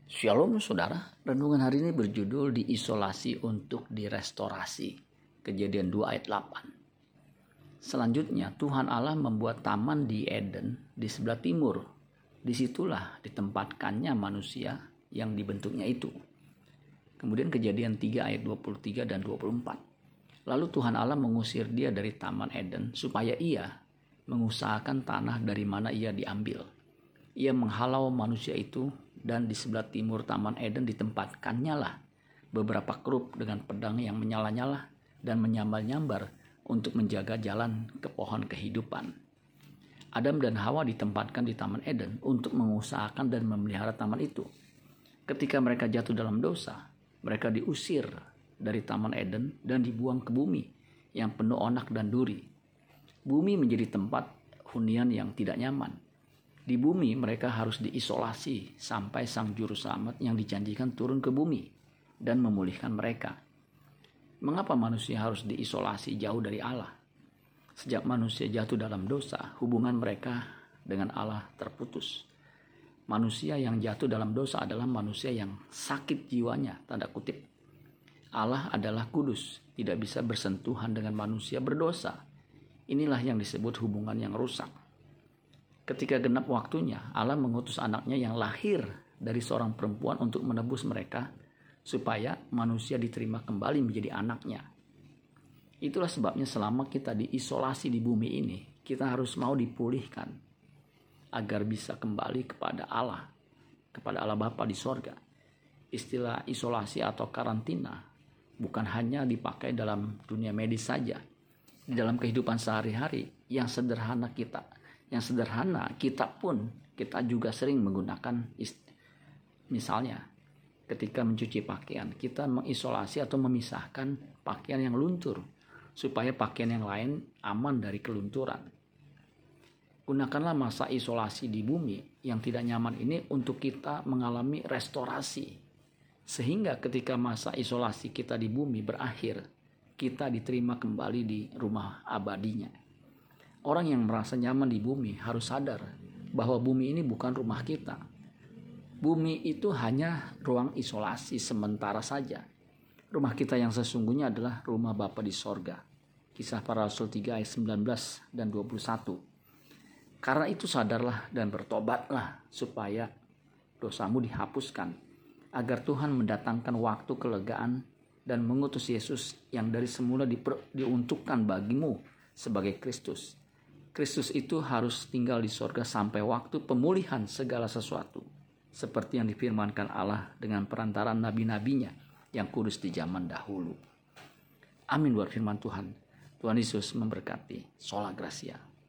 Shalom saudara, renungan hari ini berjudul diisolasi untuk direstorasi. Kejadian 2 ayat 8. Selanjutnya Tuhan Allah membuat taman di Eden di sebelah timur. Disitulah ditempatkannya manusia yang dibentuknya itu. Kemudian Kejadian 3 ayat 23 dan 24. Lalu Tuhan Allah mengusir dia dari taman Eden supaya ia mengusahakan tanah dari mana ia diambil. Ia menghalau manusia itu, dan di sebelah timur Taman Eden ditempatkannya lah beberapa kerub dengan pedang yang menyala-nyala dan menyambar-nyambar untuk menjaga jalan ke pohon kehidupan. Adam dan Hawa ditempatkan di Taman Eden untuk mengusahakan dan memelihara taman itu. Ketika mereka jatuh dalam dosa, mereka diusir dari Taman Eden dan dibuang ke bumi yang penuh onak dan duri. Bumi menjadi tempat hunian yang tidak nyaman. Di bumi mereka harus diisolasi sampai Sang Juru Selamat yang dijanjikan turun ke bumi dan memulihkan mereka. Mengapa manusia harus diisolasi jauh dari Allah? Sejak manusia jatuh dalam dosa, hubungan mereka dengan Allah terputus. Manusia yang jatuh dalam dosa adalah manusia yang sakit jiwanya, tanda kutip. Allah adalah kudus, tidak bisa bersentuhan dengan manusia berdosa. Inilah yang disebut hubungan yang rusak. Ketika genap waktunya, Allah mengutus anaknya yang lahir dari seorang perempuan untuk menebus mereka, supaya manusia diterima kembali menjadi anaknya. Itulah sebabnya selama kita diisolasi di bumi ini, kita harus mau dipulihkan, agar bisa kembali kepada Allah Bapa di sorga. Istilah isolasi atau karantina bukan hanya dipakai dalam dunia medis saja. Di dalam kehidupan sehari-hari yang sederhana kita juga sering menggunakan. Misalnya ketika mencuci pakaian, kita mengisolasi atau memisahkan pakaian yang luntur supaya pakaian yang lain aman dari kelunturan. Gunakanlah masa isolasi di bumi yang tidak nyaman ini untuk kita mengalami restorasi, sehingga ketika masa isolasi kita di bumi berakhir, kita diterima kembali di rumah abadinya. Orang yang merasa nyaman di bumi harus sadar bahwa bumi ini bukan rumah kita. Bumi itu hanya ruang isolasi sementara saja. Rumah kita yang sesungguhnya adalah rumah Bapa di sorga. Kisah Para Rasul 3 ayat 19 dan 21. Karena itu sadarlah dan bertobatlah supaya dosamu dihapuskan, agar Tuhan mendatangkan waktu kelegaan dan mengutus Yesus yang dari semula diuntukkan bagimu sebagai Kristus. Kristus itu harus tinggal di sorga sampai waktu pemulihan segala sesuatu, seperti yang difirmankan Allah dengan perantaraan nabi-nabinya yang kudus di zaman dahulu. Amin buat firman Tuhan. Tuhan Yesus memberkati. Sola Gracia.